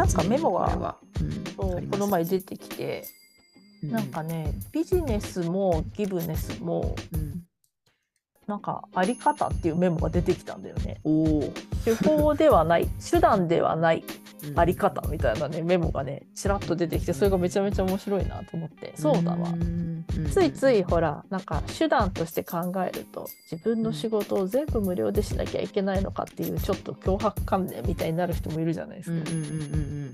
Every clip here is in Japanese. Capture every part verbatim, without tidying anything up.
なんかメモが、 これは、うん、 そうこの前出てきて、うん、なんかねビジネスもギブネスも、うん、なんかあり方っていうメモが出てきたんだよね。 お手法ではない手段ではないあり方みたいなねメモがねちらっと出てきて、それがめちゃめちゃ面白いなと思って、そうだわ、ついついほらなんか手段として考えると自分の仕事を全部無料でしなきゃいけないのかっていうちょっと脅迫観念みたいになる人もいるじゃないですか、うんうんうんうん、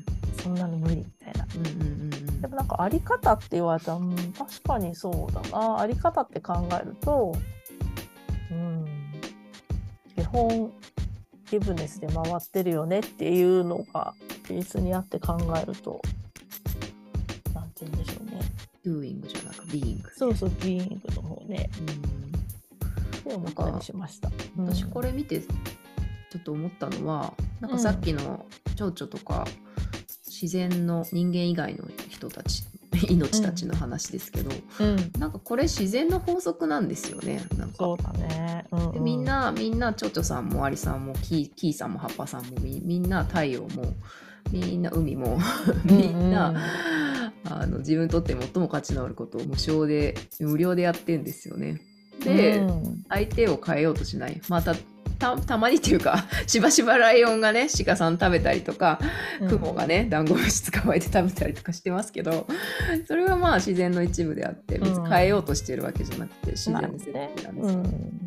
そんなの無理みたいな、うんうんうん、でもなんかあり方って言われたら、うん、確かにそうだな、あり方って考えると、うん、基本ギブネスで回ってるよねっていうのがベースにあって考えると、なんて言うんでしょうね。 doing じゃなく being、ね、 そうそう being の方ね。うん、って思ったりしました。 私これ見てちょっと思ったのは、なんかさっきの蝶々とか、うん、自然の人間以外の人たち命たちの話ですけど、うん、なんかこれ自然の法則なんですよね。なんかそうだね、うんうん、 みんなみんなチョチョさんもアリさんもキー、キーさんもハッパさんも み, みんな太陽もみんな海もみんな、うんうん、あの自分にとって最も価値のあることを無償で無料でやってるんですよね。で、うん、相手を変えようとしない。またた, たまにっていうかしばしばライオンがね鹿さん食べたりとか、クモがねダンゴムシ捕まえて食べたりとかしてますけど、それはまあ自然の一部であって別に変えようとしてるわけじゃなくて、自然の設定なんですよ、うん、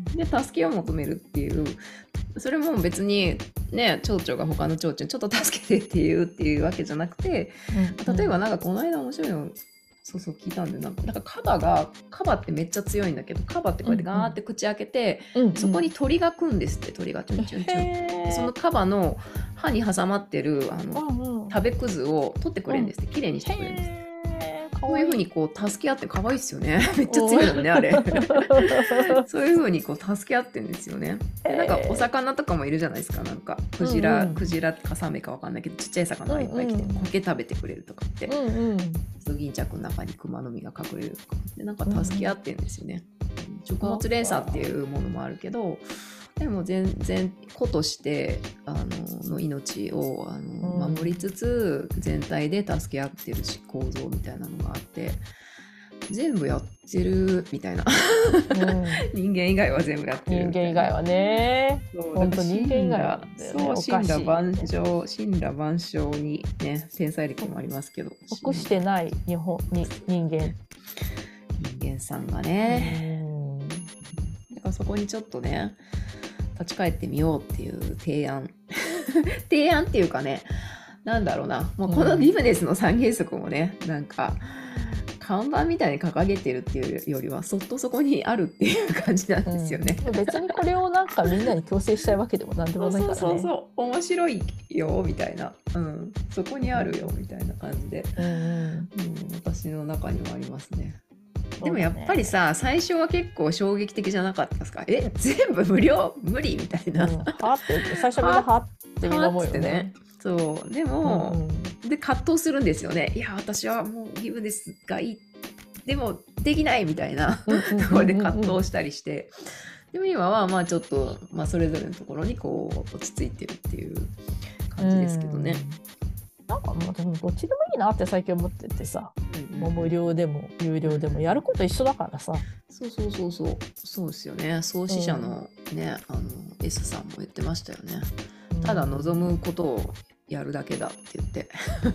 で助けを求めるっていう、それも別にね蝶々が他の蝶々にちょっと助けてっていうっていうわけじゃなくて、うん、例えばなんかこの間面白いのそうそう聞いたんで、なんか、なんかカバがカバってめっちゃ強いんだけど、カバってこうやってガーって口開けて、うんうん、そこに鳥が来るんですって。鳥がチュンチュンチュン、そのカバの歯に挟まってるあの、うんうん、食べくずを取ってくれるんですって、きれいにしてくれるんです。こういう風にこう助け合って可愛いですよね。めっちゃ強いのねあれ。そういう風にこう助け合ってるんですよね。でなんかお魚とかもいるじゃないですか。なんかクジラ、うんうん、クジラカサメかわかんないけどちっちゃい魚がいっぱい来て、うんうん、苔食べてくれるとかって、うんうん、銀着の中にクマの実が隠れるとかでなんか助け合ってるんですよね。うん、食物連鎖っていうものもあるけど。でも全然個としてあのの命をあの、うん、守りつつ全体で助け合ってる構造みたいなのがあって全部やってるみたいな、うん、人間以外は全部やってる人間以外はね本当人間以外は、ね、 そう神羅万象神羅万象にね天才力もありますけど得してない日本に人間人間さんがね、うん、だからそこにちょっとね立ち返ってみようっていう提案提案っていうかねなんだろうなもうこのビブネスの三原則もね、うん、なんか看板みたいに掲げてるっていうよりはそっとそこにあるっていう感じなんですよね、 うん、別にこれをなんかみんなに強制したいわけでもなんでもないからねそうそうそう面白いよみたいな、うん、そこにあるよみたいな感じで、うんうんうん、私の中にはありますね。でもやっぱりさ、ね、最初は結構衝撃的じゃなかったですか？え全部無料無理みたいな、うん、 はって最初みんなはってみんな思うよね。ねそうでも、うんうん、で葛藤するんですよね。いや私はもうギブネスがいいでもできないみたいなところで葛藤したりして、でも今はまあちょっと、まあ、それぞれのところにこう落ち着いてるっていう感じですけどね。 なんかもうでもどっちでもいいなって最近思っててさ、うんうん、もう無料でも有料でもやること一緒だからさ。 そうそうそうそうそうですよね。創始者のね、うん、あの S さんも言ってましたよね。ただ望むことをやるだけだって言って、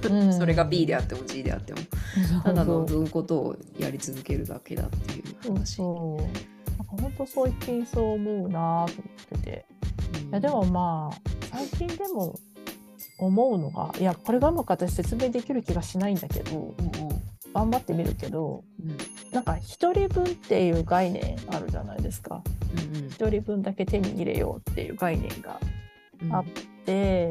うん、それが B であっても G であっても、うん、ただ望むことをやり続けるだけだっていう話。 そうなんか本当最近そう思うなと思ってて、うん、いやでもまあ最近でも思うのがいやこれがうまく私説明できる気がしないんだけど、うんうん、頑張ってみるけど、うん、なんか一人分っていう概念あるじゃないですか、うんうん、一人分だけ手に入れようっていう概念があって、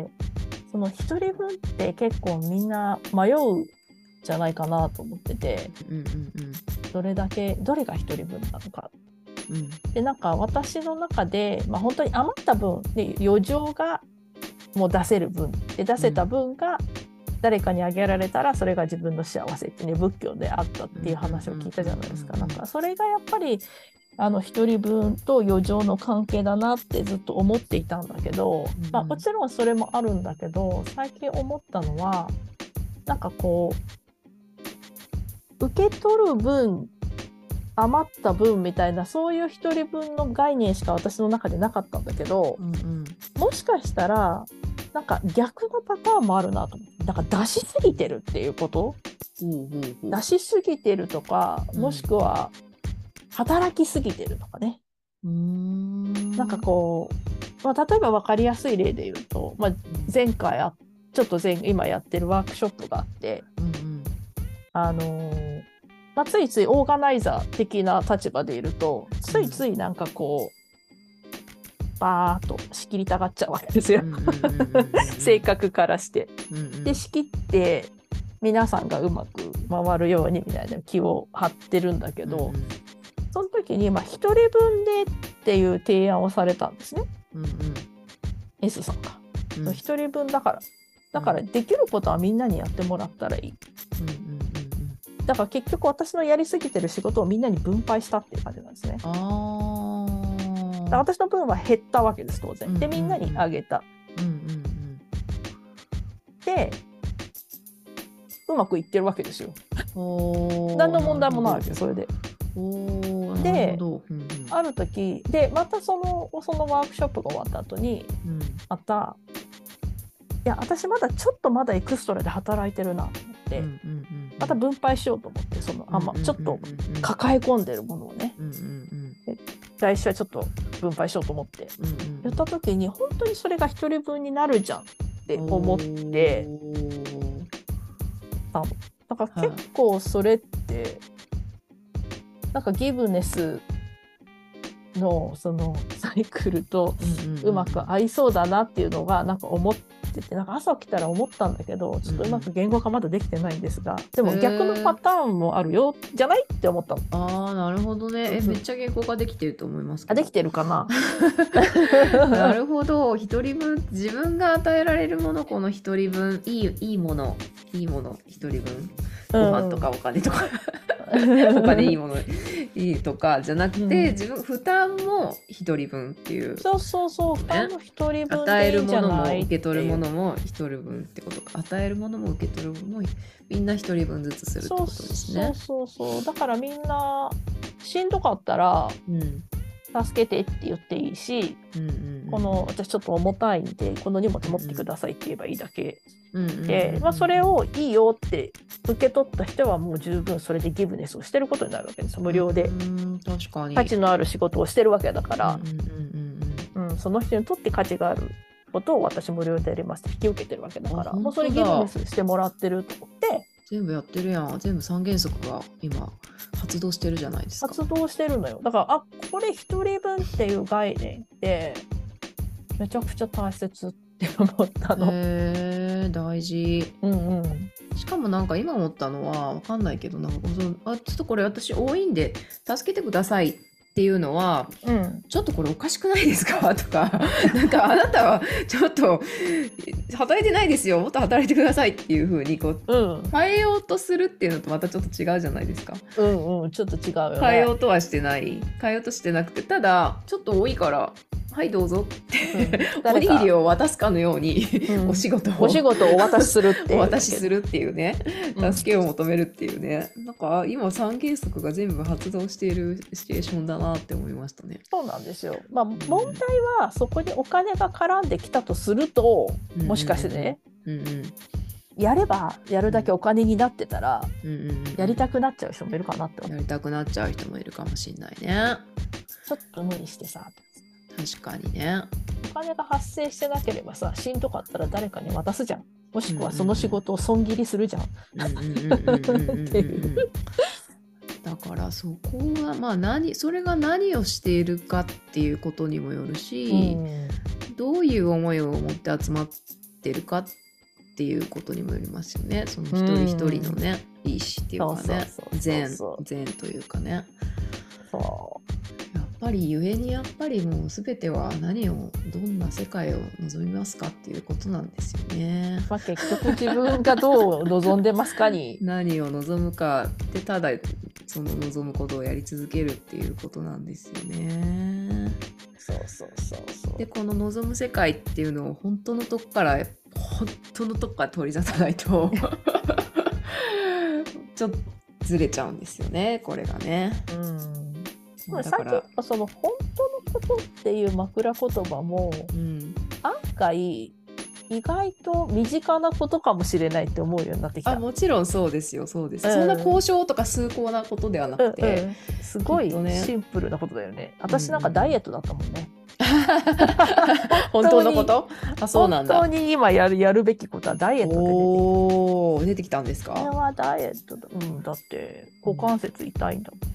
うん、その一人分って結構みんな迷うじゃないかなと思ってて、うんうんうん、どれだけどれが一人分なのか、うん、でなんか私の中で、まあ、本当に余った分で余剰がもう出せる分で出せた分が誰かにあげられたらそれが自分の幸せってね仏教であったっていう話を聞いたじゃないですか。なんかそれがやっぱりあの一人分と余剰の関係だなってずっと思っていたんだけど、 うんまあ、もちろんそれもあるんだけど、最近思ったのはなんかこう受け取る分余った分みたいな、そういう一人分の概念しか私の中でなかったんだけど、 うんうんもしかしたらなんか逆のパターンもあるなと思って、だから出しすぎてるっていうこと、 ほうほうほう出しすぎてるとか、 うんもしくは働きすぎてるとかね、 うーんなんかこう、まあ、例えば分かりやすい例で言うと、まあ、前回あちょっと前今やってるワークショップがあって、 うんうんあのーまあ、ついついオーガナイザー的な立場でいると、ついついなんかこうバーッと仕切りたがっちゃうわけですよ、 うんうんうんうんうん性格からして。 うんうんで仕切って皆さんがうまく回るようにみたいな気を張ってるんだけど、 うんうんその時にまあ一人分でっていう提案をされたんですね、 うんうん S さんが。 うん一人分だからだからできることはみんなにやってもらったらいい。 うんうんうんだから結局私のやりすぎてる仕事をみんなに分配したっていう感じなんですね。 あだからあ私の分は減ったわけです当然。でみんなにあげた。 うんうんでうまくいってるわけですよ。 うんおー何の問題もないわけそれで。 おーでなるほどうんうんある時でまたそのそのワークショップが終わった後にうんまたいや私まだちょっとまだエクストラで働いてるなと思って、 うんうんうんまた分配しようと思ってそのあんまちょっとか抱え込んでるものをねうんうんうん来週はちょっと分配しようと思ってうんうんやった時に本当にそれが一人分になるじゃんって思ってたの。だから結構それってなんかギブネスのそのサイクルとうまく合いそうだなっていうのがなんか思ってて、なんか朝起きたら思ったんだけどちょっとうまく言語化まだできてないんですが、でも逆のパターンもあるよじゃないって思ったの。 ああなるほどね。えめっちゃ言語化できてると思いますけど。 あできてるかななるほど。一人分自分が与えられるものこの一人分いいいいものいいもの一人分ご飯とかお金とか、お金いいものいいとかじゃなくて、 うん自分負担も一人分っていう。 そうそうそう負担も一人分与えるでいいんじゃものもない受け取るもののも一人分ってことか。与えるものも受け取るものもみんな一人分ずつするってことですね。 そうそうそうだからみんなしんどかったらうん助けてって言っていいし、 うんうんうん、 この私ちょっと重たいんでこの荷物持ってくださいって言えばいいだけうんうんうんうんで、まあ、それをいいよって受け取った人はもう十分それでギブネスをしてることになるわけです無料でうん確かに価値のある仕事をしてるわけだから、 うんうんうんうんうん、その人にとって価値があることを私無料でやりますって引き受けてるわけだから、 あ本当だもうそれギブネスしてもらってると思って全部やってるやん。全部三原則が今発動してるじゃないですか。 活動してるのよ。だからあこれ一人分っていう概念ってめちゃくちゃ大切って思ったの。 へー大事。 うんうんしかもなんか今思ったのはわかんないけどなんかそのあちょっとこれ私多いんで助けてくださいっていうのはうんちょっとこれおかしくないですかとかなんかあなたはちょっと働いてないですよもっと働いてくださいっていう風にこううん変えようとするっていうのとまたちょっと違うじゃないですか。 うんうんちょっと違うよね。 変えようとはしてない変えようとしてなくてただちょっと多いからはいどうぞって、 うんおにぎりを渡すかのように、 うんお仕事をお仕事をお渡しするっていうお渡しするっていうねうん助けを求めるっていうね、なんか今三原則が全部発動しているシチュエーションだなって思いましたね。 そうなんですよ。まあ問題はそこにお金が絡んできたとすると、もしかしてね、 うんうんやればやるだけお金になってたら、 うんうんうんやりたくなっちゃう人もいるかなって思う。 やりたくなっちゃう人もいるかもしれないね。 ちょっと無理してさ確かにね。 お金が発生してなければさしんどかったら誰かに渡すじゃん。もしくはその仕事を損切りするじゃん。っていうだからそこはまあ何それが何をしているかっていうことにもよるし、 うんどういう思いを持って集まってるかっていうことにもよりますよね。その一人一人のね、意思っていうかね、 そうそうそう善そう善というかね。 そやっぱりゆえにやっぱりもう全ては何をどんな世界を望みますかっていうことなんですよね。 う、まあ、結局自分がどう望んでますかに何を望むかってただその望むことをやり続けるっていうことなんですよね。 そうそうそうそう。 でこの望む世界っていうのを本当のとこから本当のとこから取り出さないとちょっとずれちゃうんですよね、これがね。 うん、 まあだ最から近その本当のことっていう枕言葉もうん案外意外と身近なことかもしれないって思うようになってきた。 あもちろんそうですよそうです、 うんそんな交渉とか崇高なことではなくて、 うんうん、すごいきっとねシンプルなことだよね。私なんかダイエットだったもんね。 本当のことあそうなんだ。 本当に今やるやるべきことはダイエットで出てきおー出てきたんですた。これか。 はダイエットだ、うん、だって股関節痛いんだもん。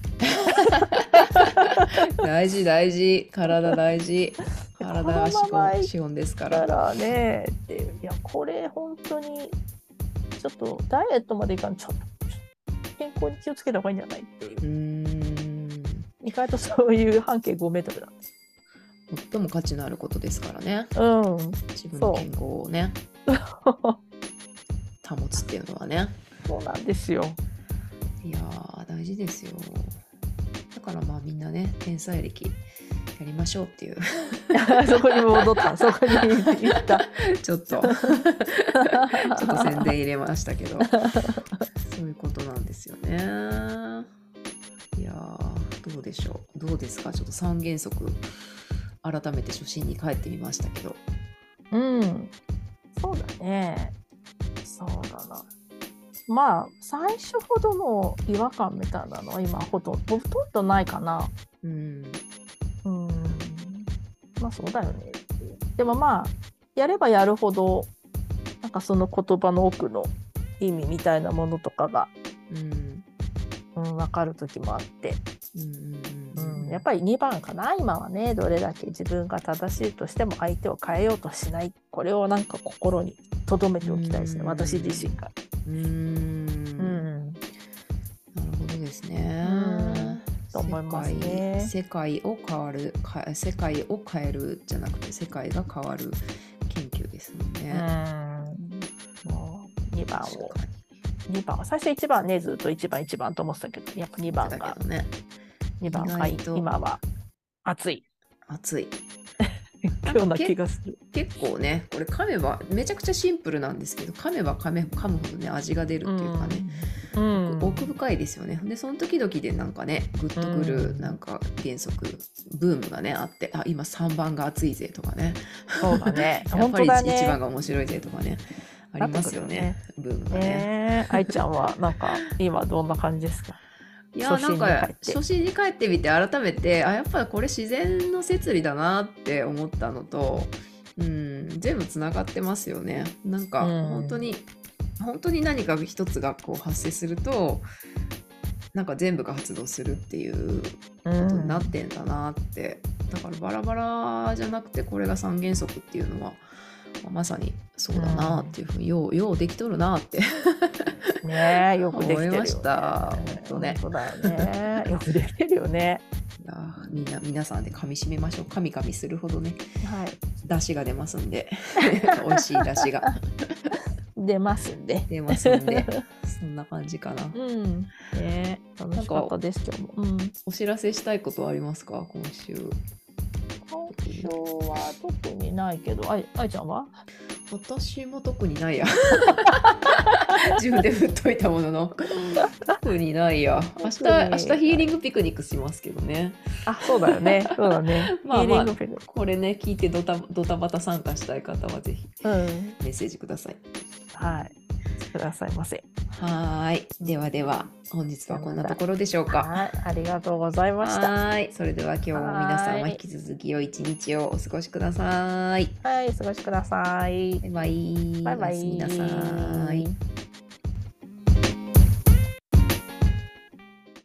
大事大事、体大事、体は資このまま本資本ですかだら。 からねっていう、いやこれ本当にちょっとダイエットまでいかんちょっと健康に気をつけた方がいいんじゃないっていううーん意外とそういう半径ごメートルなんです。 最も価値のあることですからね、 うん自分の健康をね保つっていうのはね。 そうなんですよ。 いやー大事ですよ。だからまあみんなね天才歴やりましょうっていうそこに戻ったそこに行ったちょっとちょっと宣伝入れましたけどそういうことなんですよね。いやーどうでしょう、どうですか。ちょっと三原則改めて初心に帰ってみましたけど。 うんそうだね。そうだな。まあ最初ほどの違和感みたいなのは今ほとんどほとんどないかな。 うんうんまあそうだよね。でもまあやればやるほどなんかその言葉の奥の意味みたいなものとかが、 うんうん、分かる時もあって、 うんうんうん、やっぱりにばんかな今はね。どれだけ自分が正しいとしても相手を変えようとしない、これをなんか心に留めておきたいですね、 うん私自身が。 うーんうんなるほどですね。 と思いますね。 世界、世界を変わるか世界を変えるじゃなくて世界が変わる研究ですもんね。 うんもうにばんを確かにばん最初いちばんねずっといちばんいちばんと思ってたけどやっぱにばんにだがけどね、 にばんが意外と今は熱い熱いような気がする。 結構ねこれ噛めばめちゃくちゃシンプルなんですけど、噛めば噛め噛むほどね味が出るっていうかね、 うん奥深いですよね。でその時々でなんかねグッとくるうんなんか原則ブームがねあって、あ今さんばんが熱いぜとかねそうだねやっぱり本当だねいちばんが面白いぜとかねありますよね、ブームがね。 ねえ愛ちゃんはなんか今どんな感じですか。 いやなんか初初心に帰ってみて改めてあやっぱりこれ自然の摂理だなって思ったのと、うん、全部つながってますよね。なんかうん本当に、本当に何か一つがこう発生するとなんか全部が発動するっていうことになってんだなって、うん、だからバラバラじゃなくてこれが三原則っていうのはまさにそうだなっていうふうに、ようようできとるなってねえよくできてるよ、ね、 思いました本当ね。 そうだよねよくできてるよね。 いやみんな皆さんで噛み締めましょう。噛み噛みするほどねはい出汁が出ますんで美味しい出汁が出ますんで出ますんでそんな感じかな。 うんね楽しかったです今日も、うん、 お知らせしたいことはありますか今週。 今週は特にないけど、あい、あいちゃんは？ 私も特にないや自分で振っといたものの特にないや。明日明日ヒーリングピクニックしますけどね。 あ、そうだよね。そうだね。 まあまあヒーリングピクニックこれね聞いてドタドタバタ参加したい方はぜひうん、 メッセージください。 はいくださいませ。 はい。ではでは本日はこんなところでしょうか。 はい、ありがとうございました。 はい。それでは今日も皆さんは引き続き良い一日をお過ごしください。 はい、お過ごしください。 バイバイ。 バイバイ。 おやすみなさい。